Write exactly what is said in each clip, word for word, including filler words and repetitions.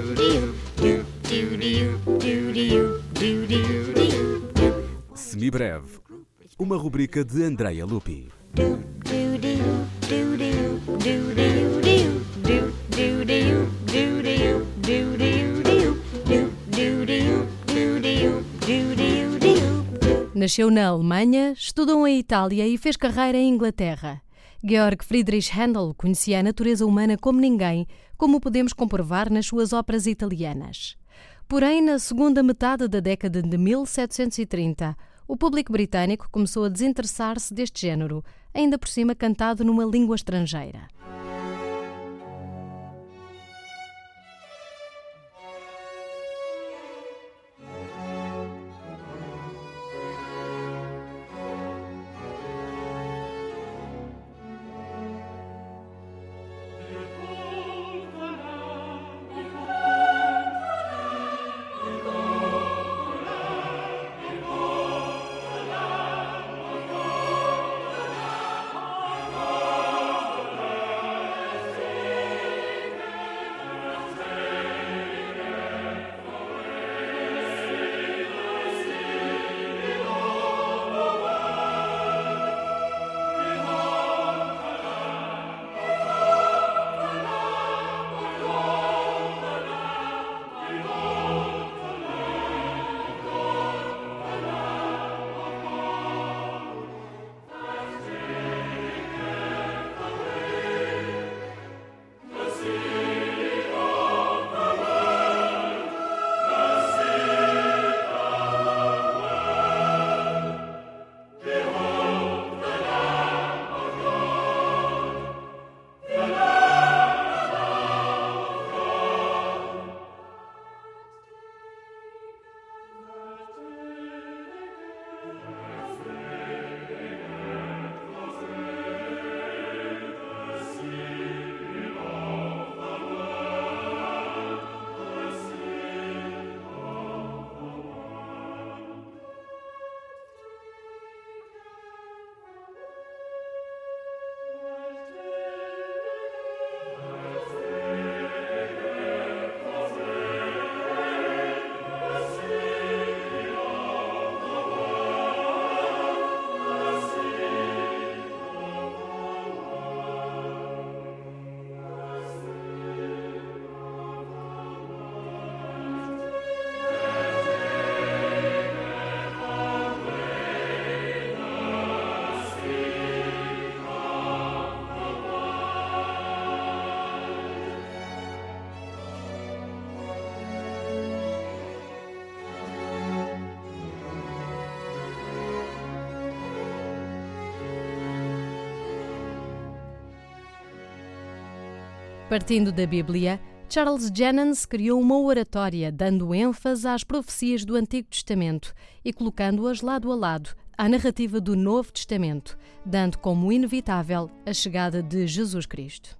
Semibreve, uma rubrica de Andrea Lupi. Nasceu na Alemanha, estudou em Itália e fez carreira em Inglaterra. Georg Friedrich Händel conhecia a natureza humana como ninguém, como podemos comprovar nas suas óperas italianas. Porém, na segunda metade da década de mil setecentos e trinta, o público britânico começou a desinteressar-se deste género, ainda por cima cantado numa língua estrangeira. Partindo da Bíblia, Charles Jennens criou uma oratória dando ênfase às profecias do Antigo Testamento e colocando-as lado a lado à narrativa do Novo Testamento, dando como inevitável a chegada de Jesus Cristo.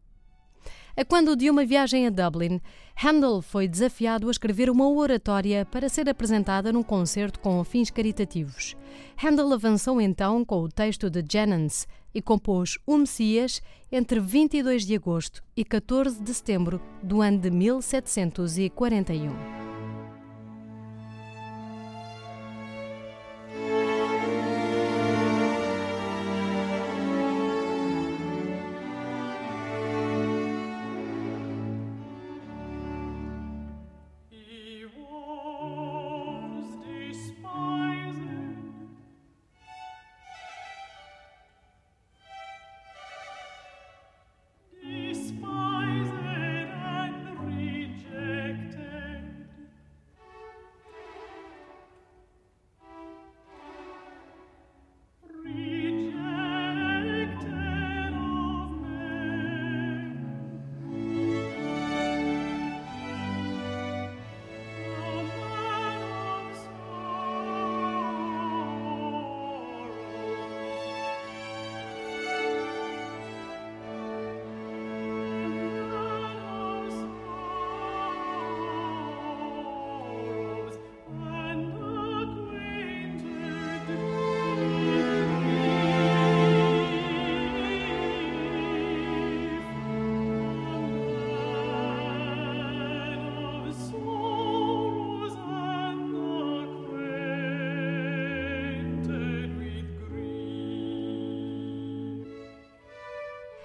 A quando de uma viagem a Dublin, Handel foi desafiado a escrever uma oratória para ser apresentada num concerto com fins caritativos. Handel avançou então com o texto de Jennens e compôs O Messias entre vinte e dois de agosto e catorze de setembro do ano de mil setecentos e quarenta e um. Despised and rejected,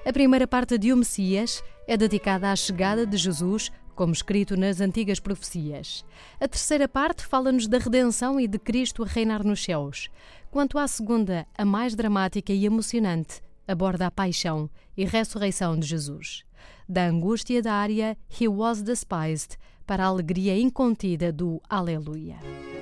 A primeira parte de O Messias é dedicada à chegada de Jesus, como escrito nas antigas profecias. A terceira parte fala-nos da redenção e de Cristo a reinar nos céus. Quanto à segunda, a mais dramática e emocionante, aborda a paixão e ressurreição de Jesus. Da angústia da área He was despised para a alegria incontida do Aleluia.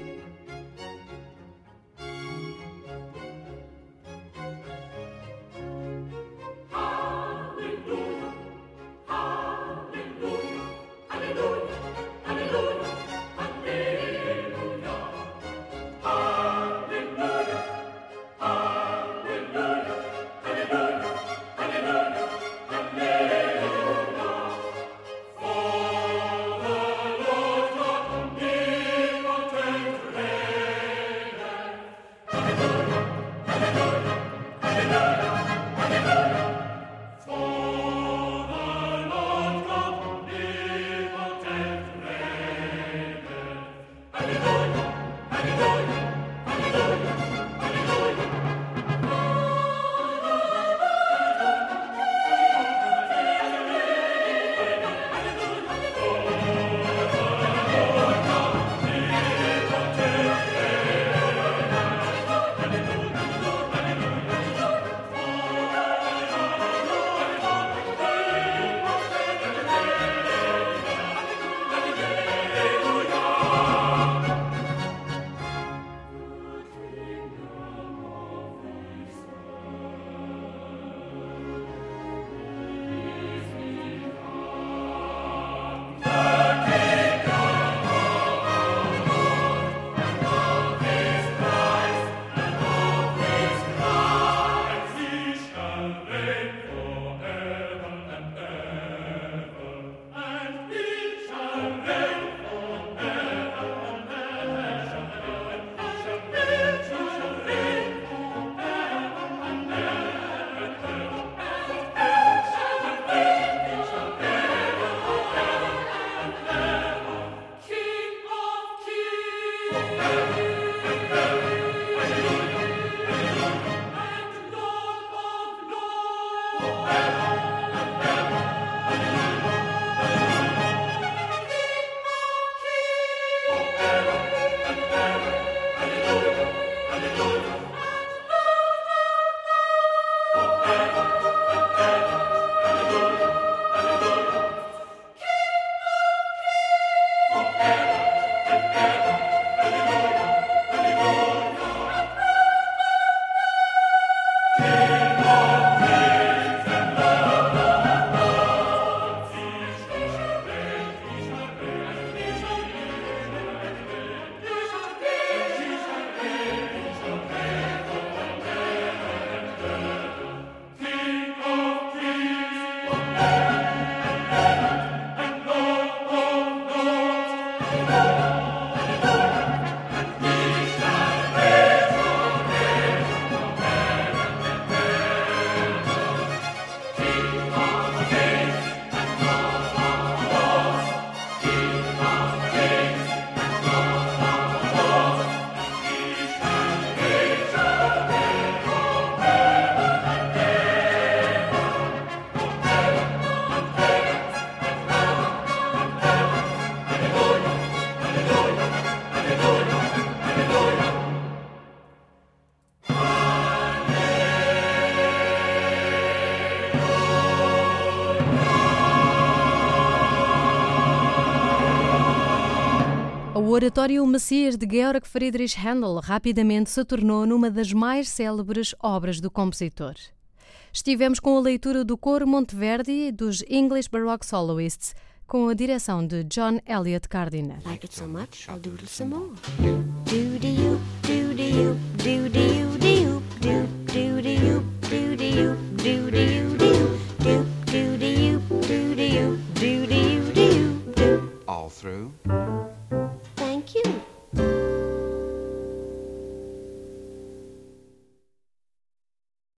O oratório O Messias de Georg Friedrich Händel rapidamente se tornou numa das mais célebres obras do compositor. Estivemos com a leitura do coro Monteverdi dos English Baroque Soloists, com a direção de John Eliot Gardiner. Like it so much, I'll doodle some more. Do-de-oop, do-de-oop, do-de-oop, do-de-oop, do-de-oop, do-de-oop, do-de-oop, do-de-oop, do-de-oop, do-de-oop, do-de-oop, do-de-oop, do-de-oop. All through.